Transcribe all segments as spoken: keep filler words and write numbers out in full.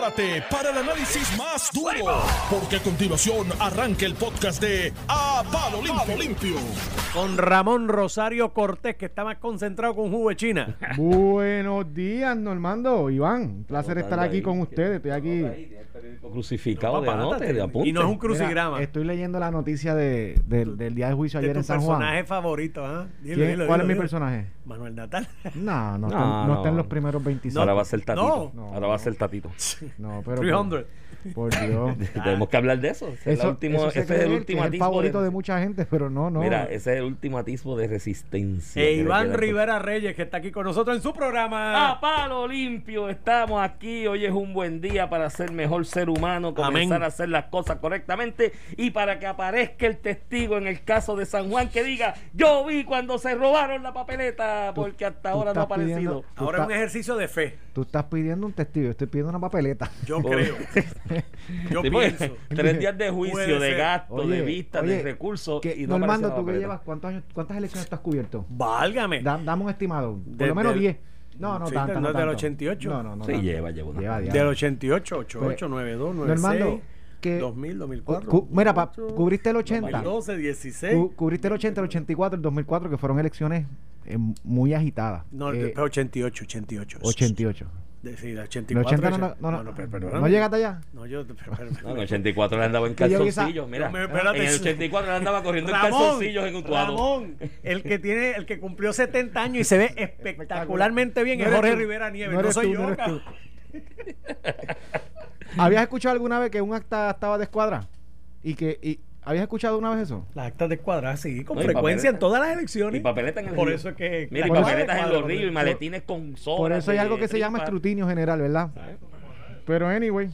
Prepárate para el análisis más duro, porque a continuación arranca el podcast de A Palo Limpio. Limpio. Con Ramón Rosario Cortés, que está más concentrado con jugo de China. Buenos días, Normando. Iván, un placer estar aquí con ustedes. Estoy aquí crucificado de anote, de apunte. Y no es un crucigrama. Mira, estoy leyendo la noticia de, de, del día de juicio ayer de tu en San Juan. personaje favorito, ¿ah? ¿eh? ¿Quién, dilo, ¿Cuál dilo, es mi dilo. personaje? Manuel Natal. No, no, No, está, no, no. está en los primeros veinticinco. Ahora va a ser Tatito. No. Ahora va a ser Tatito. No, pero trescientos. Por, por Dios. Tenemos que hablar de eso. Ese es, Eso, el último, eso se ese cree es el que último es el atisbo favorito de... de, mucha gente, pero no, no. Mira, ese es el último atisbo de resistencia. E que le Iván queda. Rivera Reyes, que está aquí con nosotros en su programa. A Palo Limpio, estamos aquí. Hoy es un buen día para ser mejor ser humano, comenzar Amén. a hacer las cosas correctamente y para que aparezca el testigo en el caso de San Juan que diga: yo vi cuando se robaron la papeleta, porque hasta tú ahora no ha estás pidiendo- aparecido. tú Ahora es estás- un ejercicio de fe. Tú estás pidiendo un testigo, yo estoy pidiendo una papeleta. Yo creo. Yo Sí, porque pienso. tres días de Puede juicio, de ser. gasto, Oye, de vista, oye, de recursos. Que, Y no Normando, aparece la tú que papeleta. llevas, ¿cuántos años, ¿cuántas elecciones tú has cubierto? Válgame. Da- dame un estimado, por De- lo menos del- diez. No, no, Sí, tanto, del- no del tanto. ochenta y ocho. No, no, no. Sí, tanto. lleva, lleva una. Lleva, lleva. Del ochenta y ocho, ochenta y ocho, Pues, noventa y dos, noventa y Normando, seis, que- dos mil, dos mil cuatro. Cu- mira, pa- dos mil ocho, cubriste el ochenta. dos mil doce, dieciséis. Cu- cubriste el ochenta, el ochenta y cuatro, el dos mil cuatro, que fueron elecciones eh, muy agitadas. No, Eh, pero ochenta y ocho, ochenta y ocho. ochenta y ocho. De, sí, de ochenta y El cuatro. ochenta no, no, no, no, pero- no, pero- ¿no llegaste allá? No, yo. pero- pero- No, en el ochenta y cuatro le andaba en Que yo vi esa- calzoncillos, mira. No, me- espérate. En el ochenta y cuatro le andaba corriendo en Ramón, calzoncillos en un tuado. Ramón, el que tiene, el que cumplió setenta años y se ve espectacularmente bien No es eres Jorge tú. Rivera Nieves, No no, eres soy tú, yo. no eres cabrón. ¿Habías escuchado alguna vez que un acta estaba descuadrada? Y que y, ¿habías escuchado una vez eso? Las actas descuadradas, sí, con No, y frecuencia papeleta. en todas las elecciones. Y papeleta en el Por río. eso es que. Mira, y Por eso- papeletas en los cuadros, ríos y maletines con sobras. Por eso hay de algo que se llama tripa. escrutinio general, ¿verdad? Pero anyway,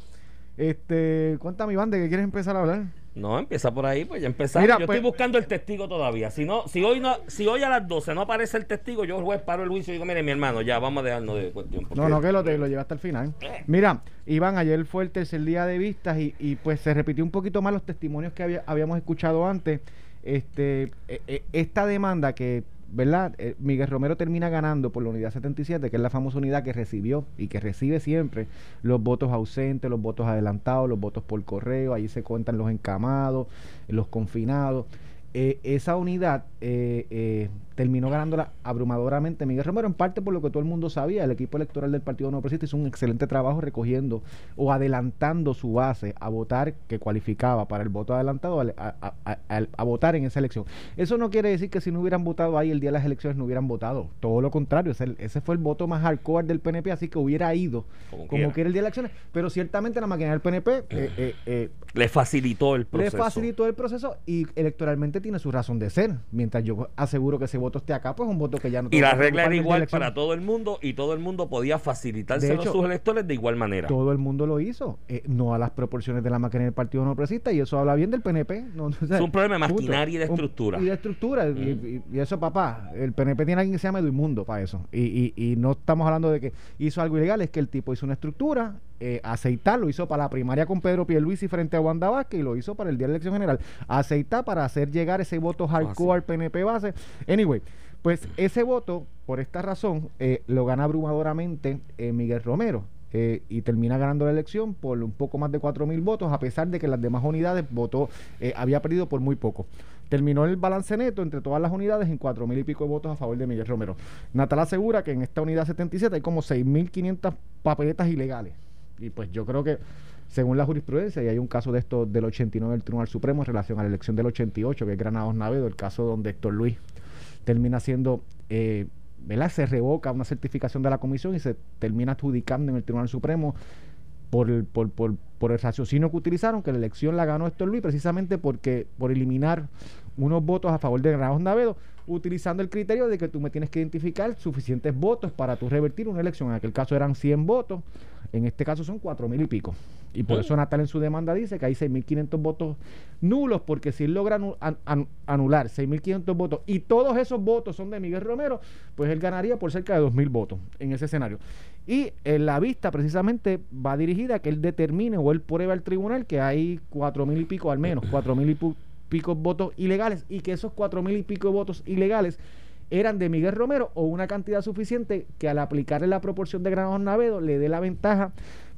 este, cuéntame, Iván, ¿de qué quieres empezar a hablar? No, empieza por ahí, pues ya empezamos. Mira, yo pues- estoy buscando el testigo todavía. Si no, si hoy no, si hoy a las doce no aparece el testigo, yo juez paro el juicio y digo: mire, mi hermano, ya vamos a dejarnos de cuestión. porque- No, no, que lo, te, lo llevaste al final. Mira, Iván, ayer fue el tercer día de vistas y, y pues se repitió un poquito más los testimonios que había- habíamos escuchado antes. Este, eh, eh, esta demanda que, ¿verdad? Eh, Miguel Romero termina ganando por la unidad setenta y siete, que es la famosa unidad que recibió y que recibe siempre los votos ausentes, los votos adelantados, los votos por correo, ahí se cuentan los encamados, los confinados. Eh, esa unidad eh, eh, terminó ganándola abrumadoramente Miguel Romero, en parte por lo que todo el mundo sabía. El equipo electoral del Partido No Progresista hizo un excelente trabajo recogiendo o adelantando su base a votar, que cualificaba para el voto adelantado, a, a- a- a- a votar en esa elección. Eso no quiere decir que si no hubieran votado ahí el día de las elecciones no hubieran votado, todo lo contrario, ese, ese fue el voto más hardcore del P N P, así que hubiera ido Como como, quiera. que era el día de las elecciones, pero ciertamente la maquinaria del P N P eh, eh, eh, Le facilitó el le proceso. facilitó el proceso y electoralmente tiene su razón de ser. Mientras yo aseguro que ese voto esté acá, pues es un voto que ya no Y tengo la que regla era preocuparme de igual elección. para todo el mundo y todo el mundo podía facilitarse De a hecho, sus electores de igual manera. Todo el mundo lo hizo, eh, no a las proporciones de la maquinaria del Partido No Progresista, y eso habla bien del P N P. No, o sea, Es un problema de punto. maquinaria y de Un- estructura. y de estructura, y, y- y eso, papá, el P N P tiene alguien que se llama Edmundo para eso. Y, y, y no estamos hablando de que hizo algo ilegal, es que el tipo hizo una estructura, eh, aceitar, lo hizo para la primaria con Pedro Pierluisi frente a Wanda Vázquez y lo hizo para el día de la elección general. Aceitar para hacer llegar ese voto hardcore al P N P base. Anyway, pues ese voto, por esta razón, eh, lo gana abrumadoramente eh, Miguel Romero. Eh, y termina ganando la elección por un poco más de cuatro mil votos, a pesar de que las demás unidades votó, eh, había perdido por muy poco. Terminó el balance neto entre todas las unidades en cuatro mil y pico de votos a favor de Miguel Romero. Natal asegura que en esta unidad setenta y siete hay como seis mil quinientas papeletas ilegales. Y pues yo creo que, según la jurisprudencia, y hay un caso de esto del ochenta y nueve del Tribunal Supremo en relación a la elección del ochenta y ocho, que es Granados Navedo, el caso donde Héctor Luis termina siendo... Eh, ¿verdad? Se revoca una certificación de la comisión y se termina adjudicando en el Tribunal Supremo por el, por, por, por el raciocinio que utilizaron, que la elección la ganó Héctor Luis precisamente porque por eliminar unos votos a favor de Granados Navedo, utilizando el criterio de que tú me tienes que identificar suficientes votos para tú revertir una elección. En aquel caso eran cien votos, en este caso son cuatro mil y pico. Y por eso Natal en su demanda dice que hay seis mil quinientos votos nulos, porque si él logra anu- an- an- anular seis mil quinientos votos y todos esos votos son de Miguel Romero, pues él ganaría por cerca de dos mil votos en ese escenario. Y en la vista precisamente va dirigida a que él determine o él pruebe al tribunal que hay cuatro mil y pico, al menos cuatro mil y pu- pico votos ilegales, y que esos cuatro mil y pico de votos ilegales eran de Miguel Romero o una cantidad suficiente que al aplicarle la proporción de Granados Navedo le dé la ventaja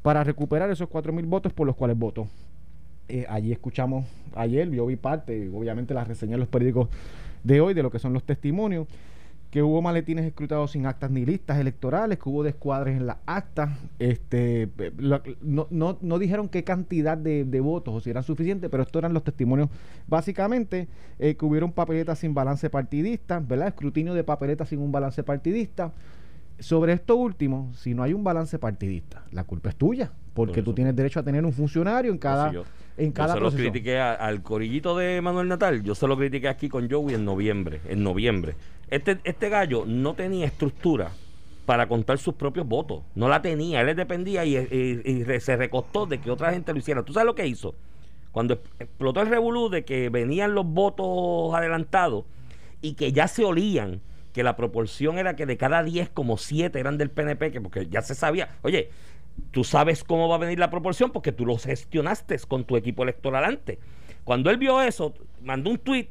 para recuperar esos cuatro mil votos por los cuales votó. Eh, allí escuchamos ayer, yo vi parte, obviamente las reseñas en los periódicos de hoy, de lo que son los testimonios, que hubo maletines escrutados sin actas ni listas electorales, que hubo descuadres en las actas, este, lo, no, no, no dijeron qué cantidad de, de votos o si eran suficientes, pero estos eran los testimonios básicamente, eh, que hubieron papeletas sin balance partidista, ¿verdad? Escrutinio de papeletas sin un balance partidista. Sobre esto último, si no hay un balance partidista, la culpa es tuya, porque tú tienes derecho a tener un funcionario en cada, yo, en cada yo se proceso. lo critiqué a, al corillito de Manuel Natal, yo se lo critiqué aquí con Joey en noviembre, en noviembre. Este, este gallo no tenía estructura para contar sus propios votos, no la tenía, él dependía y, y, y re, se recostó de que otra gente lo hiciera. ¿Tú sabes lo que hizo? Cuando explotó el revolú de que venían los votos adelantados y que ya se olían, que la proporción era que de cada diez, como siete eran del P N P, que porque ya se sabía, oye, tú sabes cómo va a venir la proporción porque tú lo gestionaste con tu equipo electoral antes. Cuando él vio eso, mandó un tuit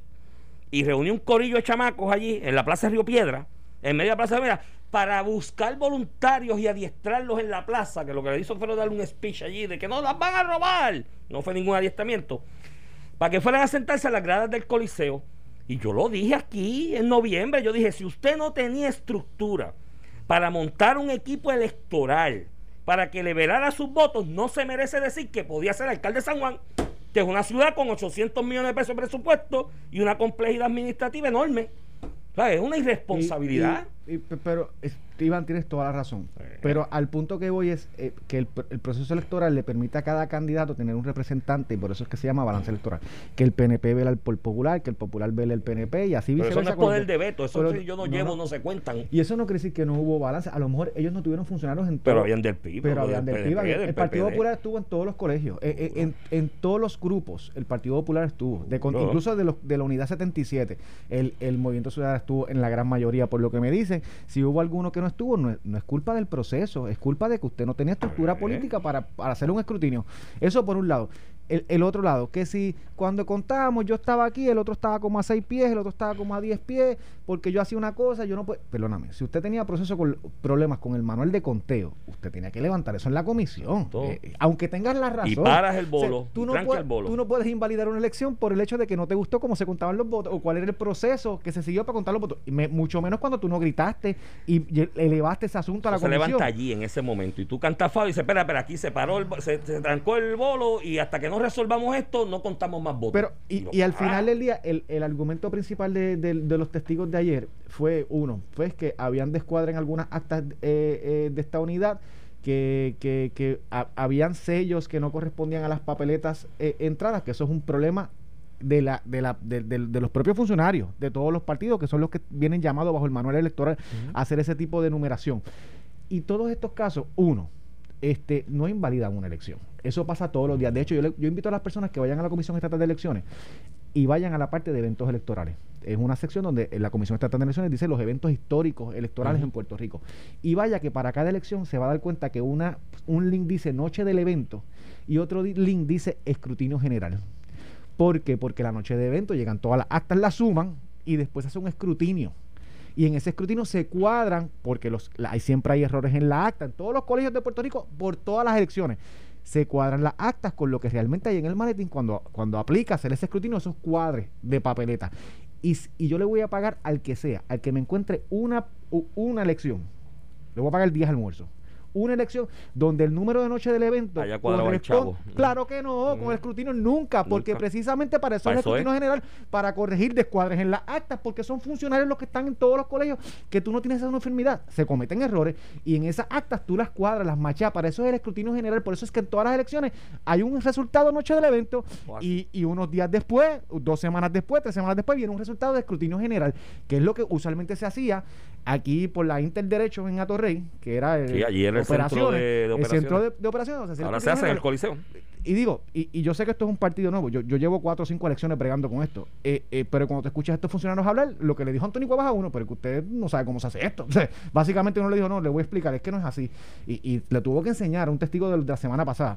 y reunió un corillo de chamacos allí en la Plaza de Río Piedra, en medio de la Plaza de Piedra, para buscar voluntarios y adiestrarlos en la plaza, que lo que le hizo fue darle un speech allí de que no las van a robar, no fue ningún adiestramiento, para que fueran a sentarse a las gradas del Coliseo. Y yo lo dije aquí en noviembre, yo dije, si usted no tenía estructura para montar un equipo electoral para que le velara sus votos, no se merece decir que podía ser alcalde de San Juan, que es una ciudad con ochocientos millones de pesos de presupuesto y una complejidad administrativa enorme. O sea, es una irresponsabilidad. Y, y, y, pero, Iván, tienes toda la razón. Eh. Pero al punto que voy es eh, que el, el proceso electoral le permite a cada candidato tener un representante, y por eso es que se llama balance electoral. Que el P N P vela el Popular, que el Popular vela el P N P, y así viceversa. Pero eso no es poder de veto, eso pero, si yo no, no llevo, no. no se cuentan. Y eso no quiere decir que no hubo balance. A lo mejor ellos no tuvieron funcionarios en todo. Pero habían del P I B. Pero habían del P I B. Del El Partido Popular estuvo en todos los colegios, eh, en, en todos los grupos. El Partido Popular estuvo, de, con, no. incluso de, los, de la Unidad setenta y siete. El, el Movimiento Ciudadano estuvo en la gran mayoría, por lo que me dicen. Si hubo alguno que no estuvo, no es, no es culpa del proceso, es culpa de que usted no tenía estructura política para, para hacer un escrutinio. Eso por un lado. El, el otro lado, que si cuando contábamos yo estaba aquí, el otro estaba como a seis pies, el otro estaba como a diez pies, porque yo hacía una cosa, yo no puedo... Perdóname, si usted tenía proceso con problemas con el manual de conteo, usted tenía que levantar eso en la comisión. Eh, aunque tengas la razón. Y paras el bolo, o sea, tú, no puedes, puedes, el bolo. tú no puedes invalidar una elección por el hecho de que no te gustó cómo se contaban los votos o cuál era el proceso que se siguió para contar los votos. Y me, mucho menos cuando tú no gritaste y elevaste ese asunto a la se comisión. Se levanta allí en ese momento y tú cantas fao y dices, espera, espera, aquí se paró, el, se, se trancó el bolo y hasta que no resolvamos esto no contamos más votos. Pero, y, y, y al final del día, el, el argumento principal de, de, de los testigos de ayer fue uno, fue que habían descuadra en algunas actas eh, eh, de esta unidad, que, que, que a, habían sellos que no correspondían a las papeletas eh, entradas, que eso es un problema de la de la de, de, de los propios funcionarios de todos los partidos, que son los que vienen llamados bajo el manual electoral uh-huh. a hacer ese tipo de numeración. Y todos estos casos, uno, este no invalidan una elección. Eso pasa todos los días. De hecho, yo, le, yo invito a las personas que vayan a la Comisión Estatal de Elecciones y vayan a la parte de eventos electorales. Es una sección donde la Comisión Estatal de Elecciones dice los eventos históricos electorales uh-huh. en Puerto Rico. Y vaya que para cada elección se va a dar cuenta que una un link dice noche del evento y otro link dice escrutinio general. ¿Por qué? Porque la noche de evento llegan todas las actas, las suman y después hace un escrutinio. Y en ese escrutinio se cuadran, porque los, la, hay, siempre hay errores en la acta, en todos los colegios de Puerto Rico, por todas las elecciones. Se cuadran las actas con lo que realmente hay en el maletín cuando, cuando aplica hacer ese escrutinio, esos cuadres de papeleta. Y, y yo le voy a pagar al que sea, al que me encuentre una, una elección, le voy a pagar diez almuerzos. Una elección donde el número de noche del evento haya cuadrado el chavo. Claro que no, mm. con el escrutinio nunca, porque nunca. precisamente para eso es el escrutinio es. general, para corregir descuadres en las actas, porque son funcionarios los que están en todos los colegios, que tú no tienes esa uniformidad, se cometen errores, y en esas actas tú las cuadras, las machas, para eso es el escrutinio general, por eso es que en todas las elecciones hay un resultado noche del evento, y, y unos días después, dos semanas después, tres semanas después, viene un resultado de escrutinio general, que es lo que usualmente se hacía aquí por la Interderecho en Atorrey, que era el, sí, allí era el centro de, de operaciones. El centro de, de operaciones. O sea, ahora se hace en el Coliseo. Y digo, y, y yo sé que esto es un partido nuevo, yo, yo llevo cuatro o cinco elecciones bregando con esto, eh, eh, pero cuando te escuchas a estos funcionarios hablar, lo que le dijo Antonio Cuevas a uno, pero que usted no sabe cómo se hace esto. O sea, básicamente uno le dijo, no, le voy a explicar, es que no es así. Y, y le tuvo que enseñar a un testigo de, de la semana pasada.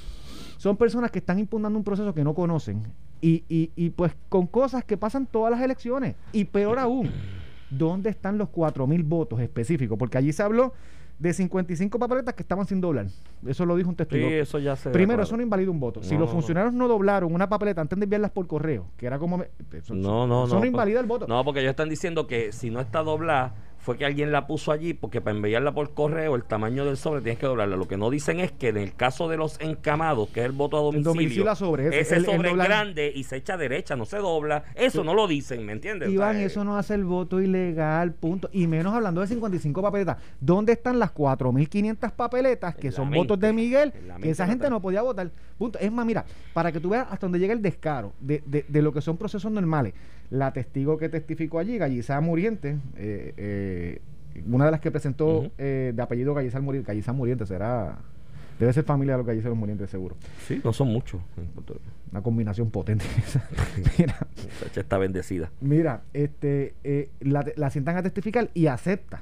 Son personas que están impugnando un proceso que no conocen y, y, y pues con cosas que pasan todas las elecciones. Y peor aún, ¿dónde están los cuatro mil votos específicos? Porque allí se habló de cincuenta y cinco papeletas que estaban sin doblar. Eso lo dijo un testigo. Sí, eso ya se Primero, ve, eso no invalida un voto. No, si los no, funcionarios no. no doblaron una papeleta antes de enviarlas por correo, que era como... me- eso, No, no, eso no. no invalida el voto. No, porque ellos están diciendo que si no está doblada, fue que alguien la puso allí, porque para enviarla por correo, el tamaño del sobre tienes que doblarla. Lo que no dicen es que en el caso de los encamados, que es el voto a El domicilio, domicilio a sobre, ese- ese el- el sobre es doblar- grande y se echa derecha, no se dobla. Eso no lo dicen, ¿me entiendes? Iván, O sea, eso no hace el voto ilegal, punto. Y menos hablando de cincuenta y cinco papeletas. ¿Dónde están las cuatro mil quinientas papeletas que En la son mente, votos de Miguel? en la Que mente esa no gente está. no podía votar. Punto. Es más, mira, para que tú veas hasta dónde llega el descaro de, de, de lo que son procesos normales. La testigo que testificó allí, Gallizá Muriente, eh, eh, una de las que presentó Ujú. eh, de apellido Gallizá Muriente, Gallizá Muriente será... Debe ser familia de los Galliceros Murientes, seguro. Sí, no son muchos en Puerto Rico. Una combinación potente. Mira, Esa chacha está bendecida. Mira, este, eh, la, la sientan a testificar y acepta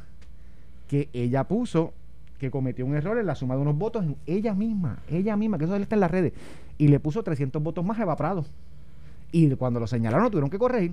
que ella puso, que cometió un error en la suma de unos votos en ella misma, ella misma, que eso está en las redes, y le puso trescientos votos más a Eva Prado. Y cuando lo señalaron, lo tuvieron que corregir.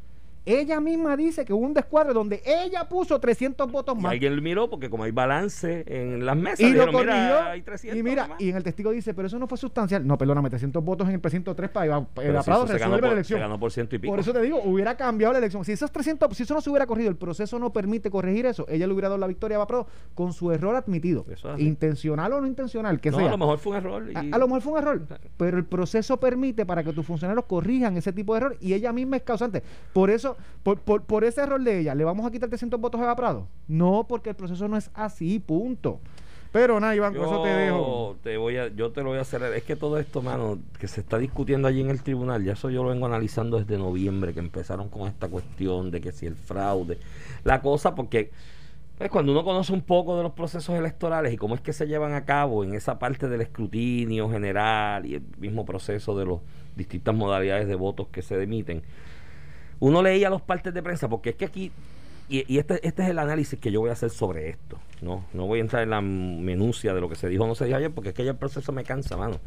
Ella misma dice que hubo un descuadre donde ella puso trescientos votos Y más. alguien lo miró porque como hay balance en las mesas, Y lo dijeron, corrigió. mira, hay trescientos Y mira, nomás. y en el testigo dice, pero eso no fue sustancial. No, perdóname, trescientos votos en el precinto tres para Eva, Pero Eva si Prado eso se ganó resuelve por- la elección. se ganó por ciento y pico. Por eso te digo, hubiera cambiado la elección. Si esos trescientos, si eso no se hubiera corrido, el proceso no permite corregir eso, ella le hubiera dado la victoria a Eva Prado con su error admitido. Eso es así. Intencional o no intencional, que No, sea. a lo mejor fue un error. y- A, a lo mejor fue un error, pero el proceso permite para que tus funcionarios corrijan ese tipo de error y ella misma es causante. Por eso, por, por, por ese error de ella, ¿le vamos a quitar trescientos votos a Eva Prado? No, porque el proceso no es así, punto. Pero nada, Iván, con eso te dejo. Te voy a, yo te lo voy a hacer. Es que todo esto, mano, que se está discutiendo allí en el tribunal, ya eso yo lo vengo analizando desde noviembre, que empezaron con esta cuestión de que si el fraude, la cosa, porque pues, cuando uno conoce un poco de los procesos electorales y cómo es que se llevan a cabo en esa parte del escrutinio general y el mismo proceso de las distintas modalidades de votos que se emiten, uno leía los partes de prensa, porque es que aquí, y, y este, este es el análisis que yo voy a hacer sobre esto, ¿no? No voy a entrar en la minucia de lo que se dijo o no se dijo ayer, porque es que ya el proceso me cansa, mano.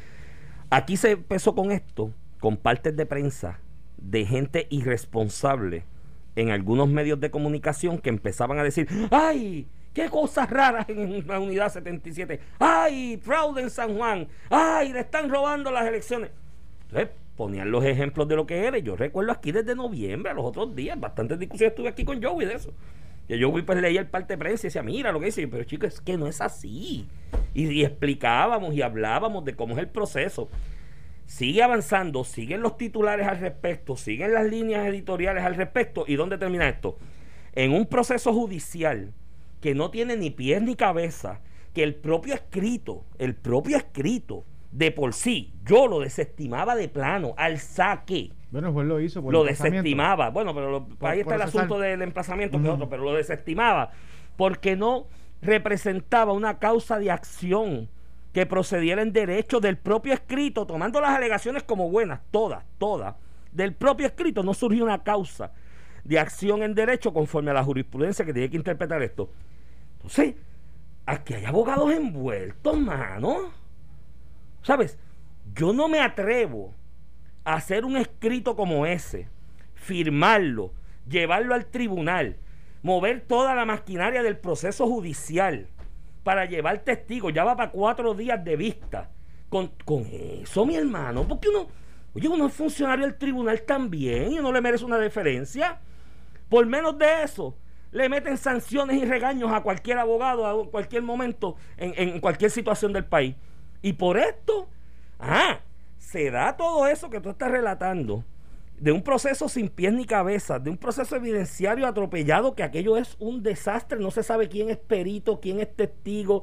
Aquí se empezó con esto, con partes de prensa de gente irresponsable en algunos medios de comunicación que empezaban a decir, ¡ay! ¡Qué cosas raras en la unidad setenta y siete! ¡Ay! ¡Fraude en San Juan! ¡Ay! ¡Le están robando las elecciones! Entonces, ponían los ejemplos de lo que era. Yo recuerdo aquí desde noviembre, los otros días, bastantes discusiones estuve aquí con Joey de eso. Y Joey pues leía el parte de prensa y decía, mira lo que dice, pero chicos, es que no es así. Y, y explicábamos y hablábamos de cómo es el proceso. Sigue avanzando, siguen los titulares al respecto, siguen las líneas editoriales al respecto. ¿Y dónde termina esto? En un proceso judicial que no tiene ni pies ni cabeza, que el propio escrito, el propio escrito, de por sí, yo lo desestimaba de plano, al saque. Bueno, el juez lo hizo por Lo emplazamiento. desestimaba. Bueno, pero lo- Por- ahí está por el cesar. asunto del emplazamiento, que es Ujú. otro, pero lo desestimaba porque no representaba una causa de acción que procediera en derecho del propio escrito, tomando las alegaciones como buenas, todas, todas. Del propio escrito no surgió una causa de acción en derecho conforme a la jurisprudencia que tiene que interpretar esto. Entonces, aquí hay abogados envueltos, mano. ¿Sabes? Yo no me atrevo a hacer un escrito como ese, firmarlo, llevarlo al tribunal, mover toda la maquinaria del proceso judicial para llevar testigos, ya va para cuatro días de vista. Con, con eso, mi hermano, porque uno, oye, uno es funcionario del tribunal también y uno le merece una deferencia. Por menos de eso, le meten sanciones y regaños a cualquier abogado a cualquier momento, en, en cualquier situación del país. Y por esto, ah, se da todo eso que tú estás relatando, de un proceso sin pies ni cabeza, de un proceso evidenciario atropellado, que aquello es un desastre, no se sabe quién es perito, quién es testigo,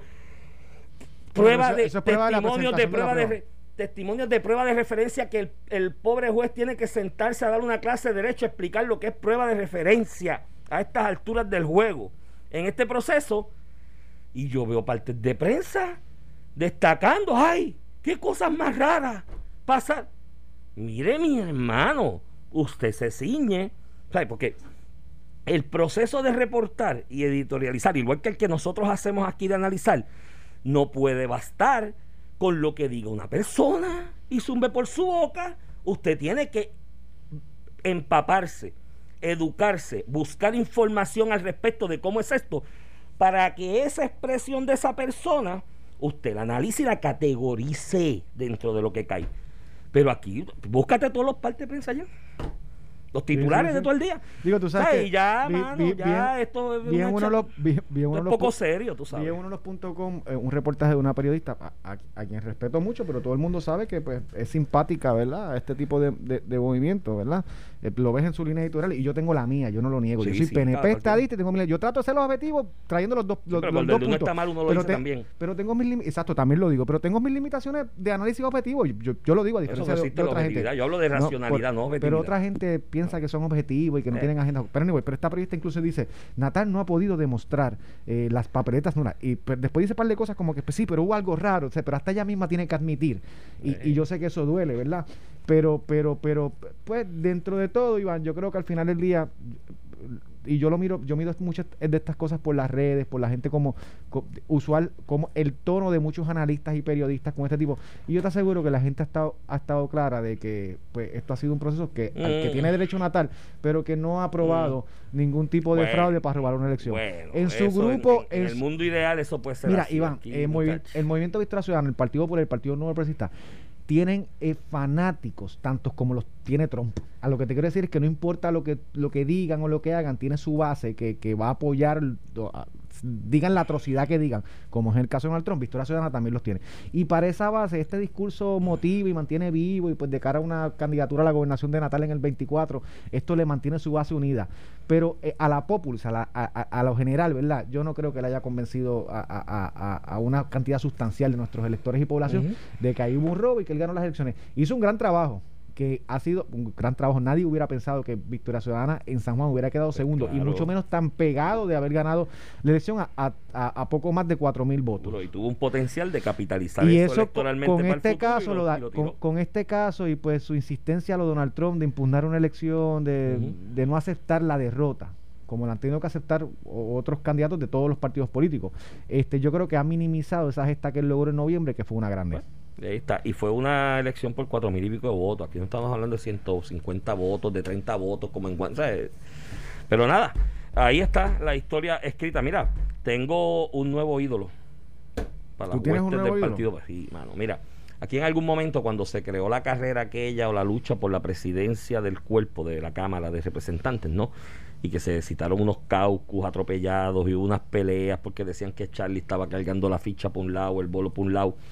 prueba eso- de eso es prueba de la testimonios de presentación de la prueba de, prueba. re- testimonios de prueba de referencia, que el, el pobre juez tiene que sentarse a dar una clase de derecho a explicar lo que es prueba de referencia a estas alturas del juego en este proceso. Y yo veo partes de prensa destacando, ¡ay! ¡Qué cosas más raras pasan! Mire, mi hermano, usted se ciñe, ¿sabe? Porque el proceso de reportar y editorializar, igual que el que nosotros hacemos aquí de analizar, no puede bastar con lo que diga una persona y zumbe por su boca. Usted tiene que empaparse, educarse, buscar información al respecto de cómo es esto, para que esa expresión de esa persona usted la analice y la categorice dentro de lo que cae. Pero aquí, búscate todos los partes de prensa ya. Los titulares sí, sí, sí. de todo el día. Digo, tú sabes. ¿Sabes? Que ya, vi, mano, vi, ya bien, esto es bien uno los, vi, bien uno es los poco pu- serio, tú sabes. Vi en uno de los punto com eh, un reportaje de una periodista a, a, a quien respeto mucho, pero todo el mundo sabe que pues es simpática, ¿verdad? Este tipo de, de, de movimiento, ¿verdad? Eh, lo ves en su línea editorial y yo tengo la mía, yo no lo niego. Sí, yo soy sí, P N P claro, estadista y tengo mi, yo trato de ser los objetivos trayendo los dos, los, sí, los dos puntos. Uno está mal, uno lo pero dice te, también. Pero tengo mis limitaciones, exacto, también lo digo, pero tengo mis limitaciones de análisis objetivo. Yo, yo, yo lo digo a diferencia de, de otra gente. Yo hablo de racionalidad, no, por, no objetividad. Pero otra gente piensa que son objetivos y que no eh. tienen agenda. Pero, anyway, pero esta periodista incluso dice, Natal no ha podido demostrar eh, las papeletas nulas. Y pues, después dice un par de cosas como que pues, sí, pero hubo algo raro, o sea, pero hasta ella misma tiene que admitir. Y, eh. y yo sé que eso duele, ¿verdad? Pero, pero, pero, pues dentro de todo, Iván, yo creo que al final del día, y yo lo miro, yo miro muchas de estas cosas por las redes, por la gente como, como usual, como el tono de muchos analistas y periodistas con este tipo. Y yo te aseguro que la gente ha estado, ha estado clara de que pues esto ha sido un proceso que, mm. al que tiene derecho Natal, pero que no ha aprobado mm. ningún tipo de bueno, fraude para robar una elección. Bueno, en su grupo, en, en, en el mundo ideal eso puede ser. Mira, así, Iván, el, movi- el Movimiento Victoria Ciudadana, el Partido Popular, el Partido Nuevo Progresista, tienen eh, fanáticos tantos como los tiene Trump. A lo que te quiero decir es que no importa lo que lo que digan o lo que hagan, tiene su base que, que va a apoyar, a, digan la atrocidad que digan, como es el caso de Donald Trump. Victoria Ciudadana también los tiene. Y para esa base, este discurso motiva y mantiene vivo, y pues de cara a una candidatura a la gobernación de Natal en el veinticuatro, esto le mantiene su base unida. Pero eh, a la populace, a, la, a, a, a lo general, ¿verdad? Yo no creo que le haya convencido a, a, a, a una cantidad sustancial de nuestros electores y población uh-huh. de que ahí hubo un robo y que él ganó las elecciones. Hizo un gran trabajo, que ha sido un gran trabajo. Nadie hubiera pensado que Victoria Ciudadana en San Juan hubiera quedado segundo, claro. y mucho menos tan pegado de haber ganado la elección a, a, a poco más de cuatro mil votos. Y tuvo un potencial de capitalizar y eso, eso electoralmente con para este el futuro, caso y lo, lo da, y lo con, con este caso y pues su insistencia a lo Donald Trump de impugnar una elección, de, uh-huh. de no aceptar la derrota, como la han tenido que aceptar otros candidatos de todos los partidos políticos. Este, yo creo que ha minimizado esa gesta que él logró en noviembre, que fue una grande. Bueno, ahí está. Y fue una elección por cuatro mil y pico de votos. Aquí no estamos hablando de ciento cincuenta votos, de treinta votos, como en... O sea, pero nada, ahí está la historia escrita. Mira, tengo un nuevo ídolo para las huestes del ídolo? partido. Sí, mano, mira. Aquí en algún momento, cuando se creó la carrera aquella o la lucha por la presidencia del cuerpo de la Cámara de Representantes, ¿no? Y que se citaron unos caucus atropellados y unas peleas porque decían que Charlie estaba cargando la ficha por un lado, el bolo por un lado.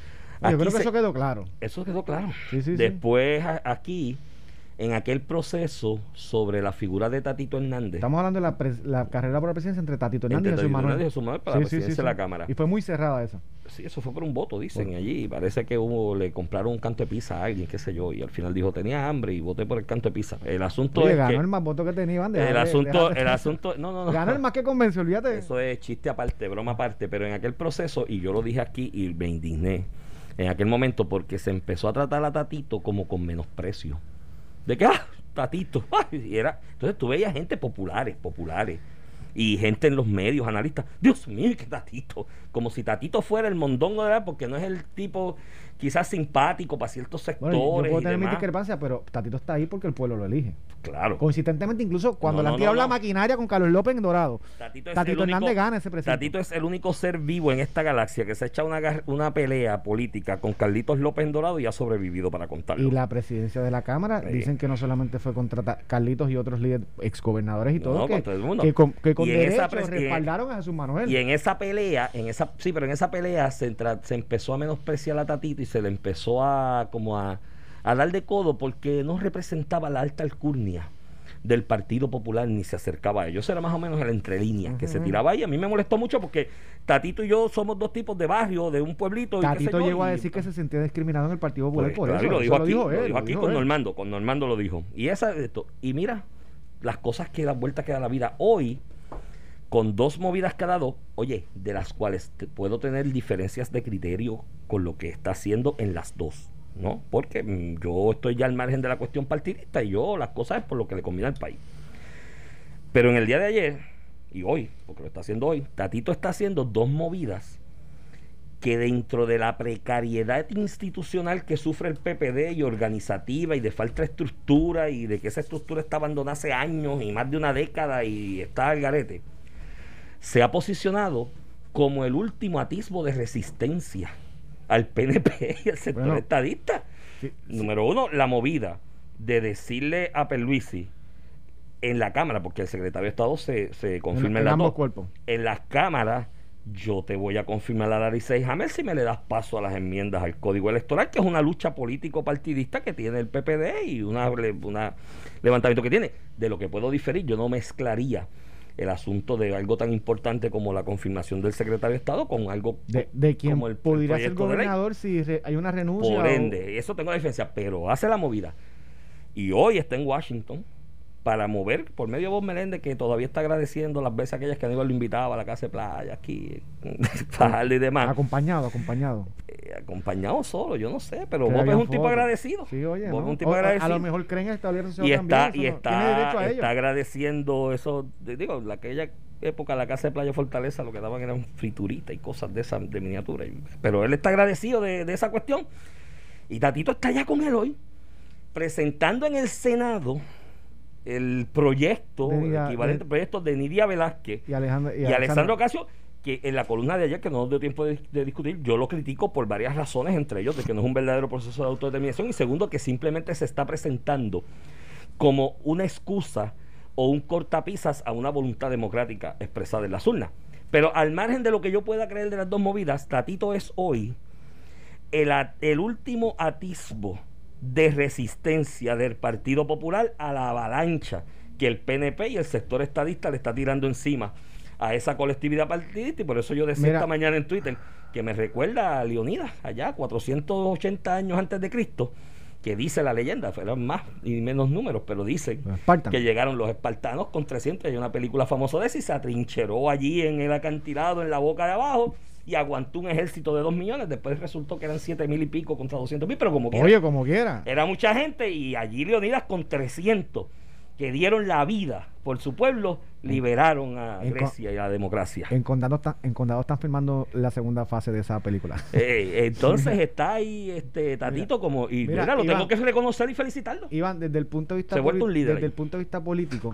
Yo creo que se, eso quedó claro. Eso quedó claro. Sí, sí, Después, sí. A, aquí, en aquel proceso sobre la figura de Tatito Hernández. Estamos hablando de la, pres, la carrera por la presidencia entre Tatito Hernández entre y Jesús Manuel. Hernández y Jesús Manuel para sí, la presidencia sí, sí, de la sí. Cámara. Y fue muy cerrada esa. Sí, eso fue por un voto, dicen bueno. allí. Parece que hubo, le compraron un canto de pizza a alguien, qué sé yo, y al final dijo, tenía hambre y voté por el canto de pizza. El asunto Oye, es ganó que... el más voto que tenía, Iván. El asunto, el asunto... No, no, no. Ganó el más que convenció, olvídate. Eso es chiste aparte, broma aparte, pero en aquel proceso, y yo lo dije aquí y me indigné, en aquel momento, porque se empezó a tratar a Tatito como con menosprecio. De que, ah, Tatito, ay, y era, entonces tú veías gente populares, populares, y gente en los medios, analistas, Dios mío, que Tatito, como si Tatito fuera el mondongo de la, porque no es el tipo quizás simpático para ciertos sectores. Bueno, yo puedo tener mi discrepancia, pero Tatito está ahí porque el pueblo lo elige. Claro. Consistentemente, incluso cuando no, le han tirado no, no, la maquinaria con Carlos López en Dorado. Tatito, Tatito Hernández único, gana ese presidente. Tatito es el único ser vivo en esta galaxia que se ha echado una, una pelea política con Carlitos López en Dorado y ha sobrevivido para contarlo. Y la presidencia de la Cámara, sí. dicen que no solamente fue contra Carlitos y otros líderes, exgobernadores y no, todo, no, que, todo el mundo. que con, que con derecho pres- respaldaron a Jesús Manuel. Y en esa pelea, en esa sí, pero en esa pelea se, entra, se empezó a menospreciar a Tatito y se le empezó a como a, a dar de codo porque no representaba la alta alcurnia del Partido Popular ni se acercaba a ellos. Era más o menos el entre líneas uh-huh. que se tiraba ahí. A mí me molestó mucho porque Tatito y yo somos dos tipos de barrio, de un pueblito. Tatito y qué sé yo, llegó y, a decir que se sentía discriminado en el Partido Popular pues, por claro, eso. Y lo dijo eso aquí, lo dijo, él, lo dijo aquí lo dijo con él. Normando, con Normando lo dijo. Y esa esto, y mira las cosas que las vueltas que da la vida hoy, con dos movidas que ha dado, oye, de las cuales te puedo tener diferencias de criterio con lo que está haciendo en las dos, ¿no? Porque mmm, yo estoy ya al margen de la cuestión partidista y yo las cosas es por lo que le conviene al país. Pero en el día de ayer y hoy, porque lo está haciendo hoy, Tatito está haciendo dos movidas que dentro de la precariedad institucional que sufre el P P D y organizativa y de falta de estructura y de que esa estructura está abandonada hace años y más de una década y está al garete, se ha posicionado como el último atisbo de resistencia al P N P y al sector bueno, estadista. Sí, Número sí. uno, la movida de decirle a Pierluisi en la Cámara, porque el secretario de Estado se, se confirma en, en, en ambos cuerpos. En las cámaras, yo te voy a confirmar a Larry Selhammer si me le das paso a las enmiendas al Código Electoral, que es una lucha político-partidista que tiene el P P D y un una levantamiento que tiene. De lo que puedo diferir, yo no mezclaría el asunto de algo tan importante como la confirmación del secretario de Estado con algo de, de quien como el podría ser gobernador si re, hay una renuncia. Por ende, o... eso tengo la diferencia, pero hace la movida. Y hoy está en Washington para mover por medio de Bob Meléndez, que todavía está agradeciendo las veces aquellas que Aníbal lo invitaba a la casa de playa aquí, Fajardo y demás. Acompañado, acompañado. Eh, acompañado solo, yo no sé, pero Bob es un foto. tipo agradecido. Sí, oye, Bob ¿no? es un tipo o, agradecido. A lo mejor creen en esta alianza y también. Está, y no, está, tiene derecho a ello. Está agradeciendo eso, digo, la aquella época la casa de playa Fortaleza lo que daban eran frituritas y cosas de esas de miniatura, pero él está agradecido de, de esa cuestión. Y Tatito está allá con él hoy presentando en el Senado el proyecto, Nidia, equivalente al proyecto de Nidia Velázquez y, Alejandro, y, y Alexandro Ocasio, que en la columna de ayer, que no nos dio tiempo de, de discutir, yo lo critico por varias razones, entre ellos de que no es un verdadero proceso de autodeterminación, y segundo, que simplemente se está presentando como una excusa o un cortapisas a una voluntad democrática expresada en las urnas. Pero al margen de lo que yo pueda creer de las dos movidas, Tatito es hoy el, el último atisbo de resistencia del Partido Popular a la avalancha que el P N P y el sector estadista le está tirando encima a esa colectividad partidista. Y por eso yo decía Mira. esta mañana en Twitter que me recuerda a Leonidas allá cuatrocientos ochenta años antes de Cristo, que dice la leyenda, fueron más y menos números, pero dicen que llegaron los espartanos con trescientos. Hay una película famosa de esa, y se atrincheró allí en el acantilado en la boca de abajo y aguantó un ejército de dos millones. Después resultó que eran siete mil y pico contra doscientos mil, pero como quiera. Oye, como quiera. Era mucha gente, y allí Leonidas con trescientos que dieron la vida por su pueblo, liberaron a en Grecia con, y a la democracia. En Condado, está, en Condado están filmando la segunda fase de esa película. Eh, entonces está ahí este Tatito mira, como, y mira, mira lo Iván, tengo que reconocer y felicitarlo. Iván, desde el punto de vista, Se poli- un líder desde ahí. el punto de vista político,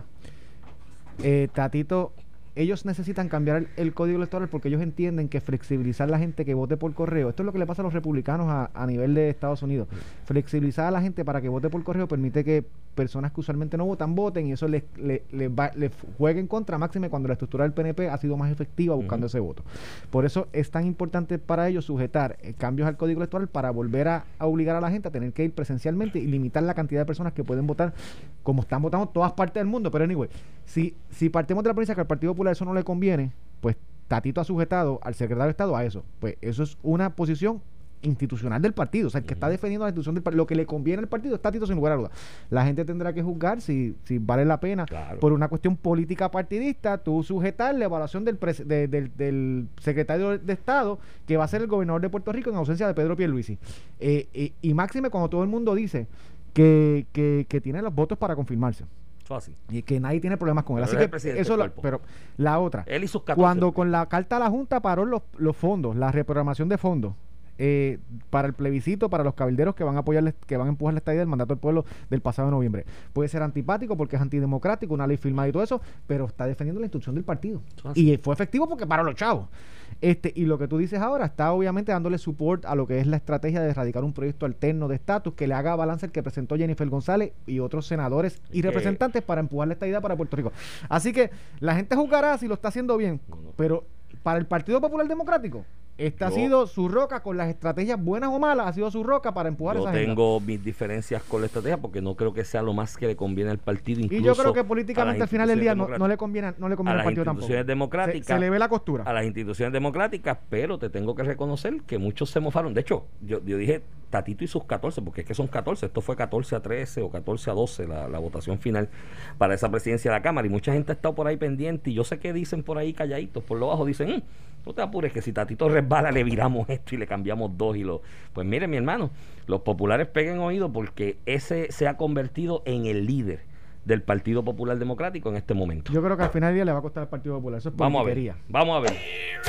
eh, Tatito, ellos necesitan cambiar el, el código electoral porque ellos entienden que flexibilizar la gente que vote por correo, esto es lo que le pasa a los republicanos a, a nivel de Estados Unidos, flexibilizar a la gente para que vote por correo permite que personas que usualmente no votan, voten, y eso les, les, les, va, les juega en contra, máxime cuando la estructura del P N P ha sido más efectiva buscando uh-huh. ese voto. Por eso es tan importante para ellos sujetar eh, cambios al código electoral para volver a, a obligar a la gente a tener que ir presencialmente y limitar la cantidad de personas que pueden votar como están votando todas partes del mundo. Pero anyway, si, si partimos de la premisa que al Partido Popular eso no le conviene, pues Tatito ha sujetado al secretario de Estado a eso. Pues eso es una posición institucional del partido, o sea, el que uh-huh. está defendiendo la institución del partido, lo que le conviene al partido es Tatito sin lugar a dudas. La gente tendrá que juzgar si, si vale la pena, claro, por una cuestión política partidista, tú sujetar la evaluación del, pres- de, del, del secretario de Estado, que va a ser el gobernador de Puerto Rico en ausencia de Pedro Pierluisi. Eh, eh, y máxime cuando todo el mundo dice que, que, que tiene los votos para confirmarse. Fácil. Y que nadie tiene problemas con él. Pero Así que eso, la, pero la otra, él y sus catorce. Cuando con la carta a la Junta paró los, los fondos, la reprogramación de fondos, Eh, para el plebiscito, para los cabilderos que van a apoyar, que van a empujar la estadía del mandato del pueblo del pasado de noviembre. Puede ser antipático porque es antidemocrático, una ley firmada y todo eso, pero está defendiendo la instrucción del partido. Y fue efectivo porque paró los chavos. Este, y lo que tú dices ahora, está obviamente dándole support a lo que es la estrategia de erradicar un proyecto alterno de estatus que le haga balance el que presentó Jennifer González y otros senadores y representantes para empujar la estadía para Puerto Rico. Así que la gente juzgará si lo está haciendo bien, pero para el Partido Popular Democrático, esta yo, ha sido su roca, con las estrategias buenas o malas, ha sido su roca para empujar esa agenda. Yo tengo mis diferencias con la estrategia porque no creo que sea lo más que le conviene al partido. Incluso y yo creo que políticamente al final del día no, no le conviene, no le conviene al partido tampoco. A las instituciones democráticas. Se, se le ve la costura. A las instituciones democráticas, pero te tengo que reconocer que muchos se mofaron. De hecho, yo, yo dije Tatito y sus catorce, porque es que son catorce. Esto fue catorce a trece o catorce a doce la, la votación final para esa presidencia de la Cámara. Y mucha gente ha estado por ahí pendiente. Y yo sé que dicen por ahí calladitos, por lo bajo, dicen, mmm, no te apures que si Tatito resbala le viramos esto y le cambiamos dos y lo... Pues mire, mi hermano, los populares peguen oído porque ese se ha convertido en el líder del Partido Popular Democrático en este momento. Yo creo que al final del día le va a costar al Partido Popular. Eso es politiquería. Vamos a ver, vamos a ver.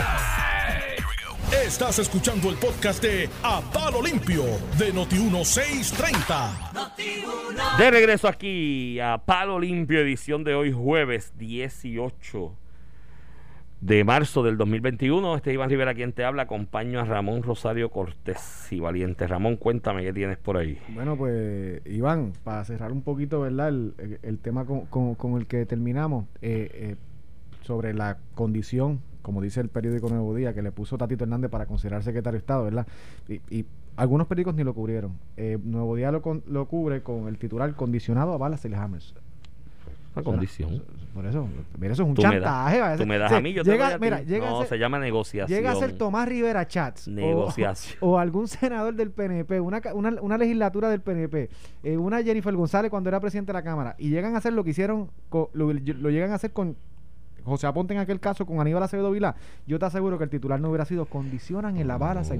Estás escuchando el podcast de A Palo Limpio de Noti uno seiscientos treinta. De regreso aquí a Palo Limpio, edición de hoy jueves dieciocho de marzo del dos mil veintiuno. Este es Iván Rivera quien te habla. Acompaño a Ramón Rosario Cortés y Valiente. Ramón, cuéntame qué tienes por ahí. Bueno, pues Iván, para cerrar un poquito, ¿verdad? El, el, el tema con, con, con el que terminamos, eh, eh, sobre la condición, como dice el periódico Nuevo Día, que le puso Tatito Hernández para considerar secretario de Estado, ¿verdad? Y, y algunos periódicos ni lo cubrieron. Eh, Nuevo Día lo, con, lo cubre con el titular condicionado a balas y Hammers. Una condición. Por eso, mira, eso es un Tú chantaje. Me das, tú me das o sea, a mí, yo te llega, doy a ti. mira, llega No, a ser, se llama negociación. Llega a ser Tomás Rivera Chats Negociación. O, o algún senador del P N P, una, una, una legislatura del P N P, eh, una Jennifer González cuando era presidente de la Cámara, y llegan a hacer lo que hicieron, con, lo, lo llegan a hacer con José Aponte en aquel caso con Aníbal Acevedo Vilá. Yo te aseguro que el titular no hubiera sido condicionan el aval a Saint